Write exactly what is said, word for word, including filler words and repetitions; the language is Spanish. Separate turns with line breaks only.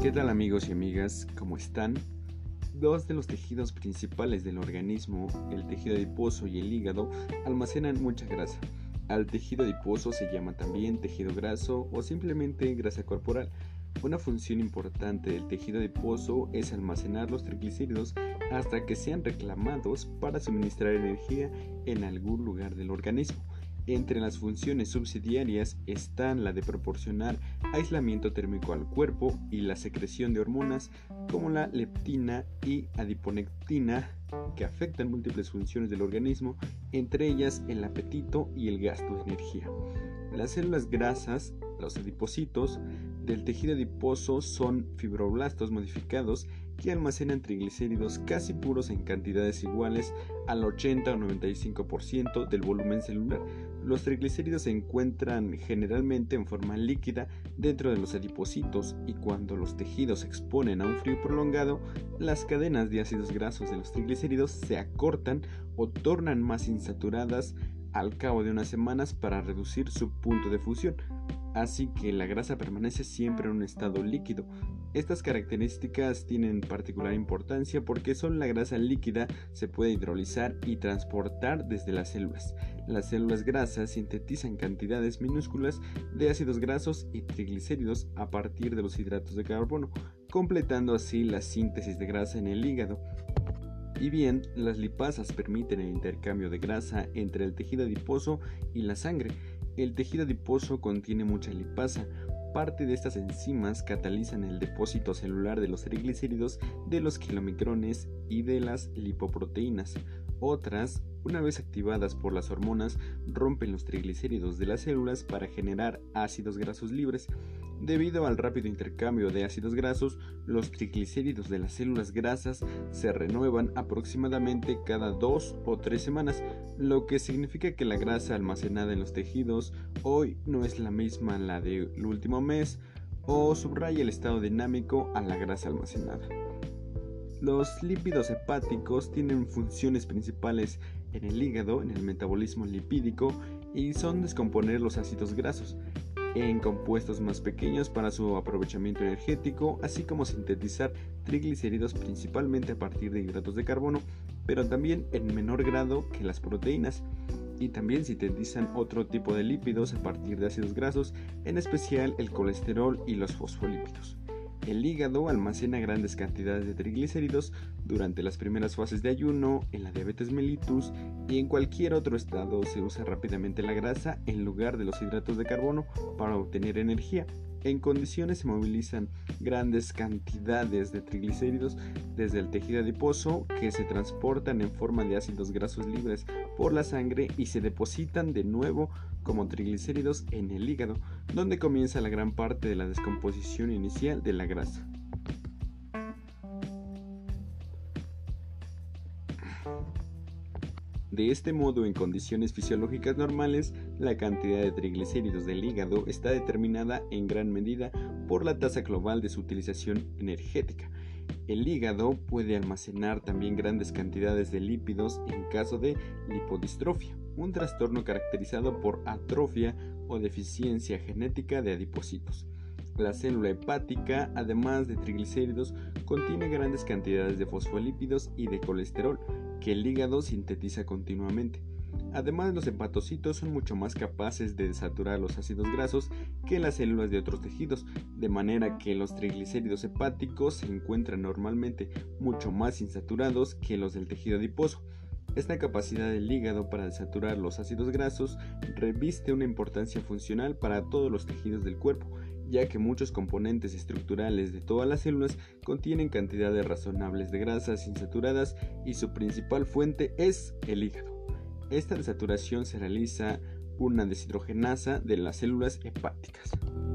¿Qué tal amigos y amigas? ¿Cómo están? Dos de los tejidos principales del organismo, el tejido adiposo y el hígado, almacenan mucha grasa. Al tejido adiposo se llama también tejido graso o simplemente grasa corporal. Una función importante del tejido adiposo es almacenar los triglicéridos hasta que sean reclamados para suministrar energía en algún lugar del organismo. Entre las funciones subsidiarias están la de proporcionar aislamiento térmico al cuerpo y la secreción de hormonas como la leptina y adiponectina, que afectan múltiples funciones del organismo, entre ellas el apetito y el gasto de energía. Las células grasas, los adipocitos, del tejido adiposo son fibroblastos modificados que almacenan triglicéridos casi puros en cantidades iguales al ochenta o noventa y cinco por ciento del volumen celular. Los triglicéridos se encuentran generalmente en forma líquida dentro de los adipocitos y cuando los tejidos se exponen a un frío prolongado, las cadenas de ácidos grasos de los triglicéridos se acortan o tornan más insaturadas al cabo de unas semanas para reducir su punto de fusión, así que la grasa permanece siempre en un estado líquido. Estas características tienen particular importancia porque solo la grasa líquida se puede hidrolizar y transportar desde las células. Las células grasas sintetizan cantidades minúsculas de ácidos grasos y triglicéridos a partir de los hidratos de carbono, completando así la síntesis de grasa en el hígado. Y bien, las lipasas permiten el intercambio de grasa entre el tejido adiposo y la sangre. El tejido adiposo contiene mucha lipasa. Parte de estas enzimas catalizan el depósito celular de los triglicéridos, de los kilomicrones y de las lipoproteínas. Otras, una vez activadas por las hormonas, rompen los triglicéridos de las células para generar ácidos grasos libres. Debido al rápido intercambio de ácidos grasos, los triglicéridos de las células grasas se renuevan aproximadamente cada dos o tres semanas, lo que significa que la grasa almacenada en los tejidos hoy no es la misma la del último mes, o subraya el estado dinámico a la grasa almacenada. Los lípidos hepáticos tienen funciones principales en el hígado, en el metabolismo lipídico, y son descomponer los ácidos grasos en compuestos más pequeños para su aprovechamiento energético, así como sintetizar triglicéridos principalmente a partir de hidratos de carbono, pero también en menor grado que las proteínas, y también sintetizan otro tipo de lípidos a partir de ácidos grasos, en especial el colesterol y los fosfolípidos. El hígado almacena grandes cantidades de triglicéridos durante las primeras fases de ayuno, en la diabetes mellitus y en cualquier otro estado se usa rápidamente la grasa en lugar de los hidratos de carbono para obtener energía. En condiciones se movilizan grandes cantidades de triglicéridos desde el tejido adiposo que se transportan en forma de ácidos grasos libres por la sangre y se depositan de nuevo como triglicéridos en el hígado, donde comienza la gran parte de la descomposición inicial de la grasa. De este modo, en condiciones fisiológicas normales, la cantidad de triglicéridos del hígado está determinada en gran medida por la tasa global de su utilización energética. El hígado puede almacenar también grandes cantidades de lípidos en caso de lipodistrofia, un trastorno caracterizado por atrofia o deficiencia genética de adipocitos. La célula hepática, además de triglicéridos, contiene grandes cantidades de fosfolípidos y de colesterol que el hígado sintetiza continuamente. Además, los hepatocitos son mucho más capaces de desaturar los ácidos grasos que las células de otros tejidos, de manera que los triglicéridos hepáticos se encuentran normalmente mucho más insaturados que los del tejido adiposo. Esta capacidad del hígado para desaturar los ácidos grasos reviste una importancia funcional para todos los tejidos del cuerpo, ya que muchos componentes estructurales de todas las células contienen cantidades razonables de grasas insaturadas y su principal fuente es el hígado. Esta desaturación se realiza una deshidrogenasa de las células hepáticas.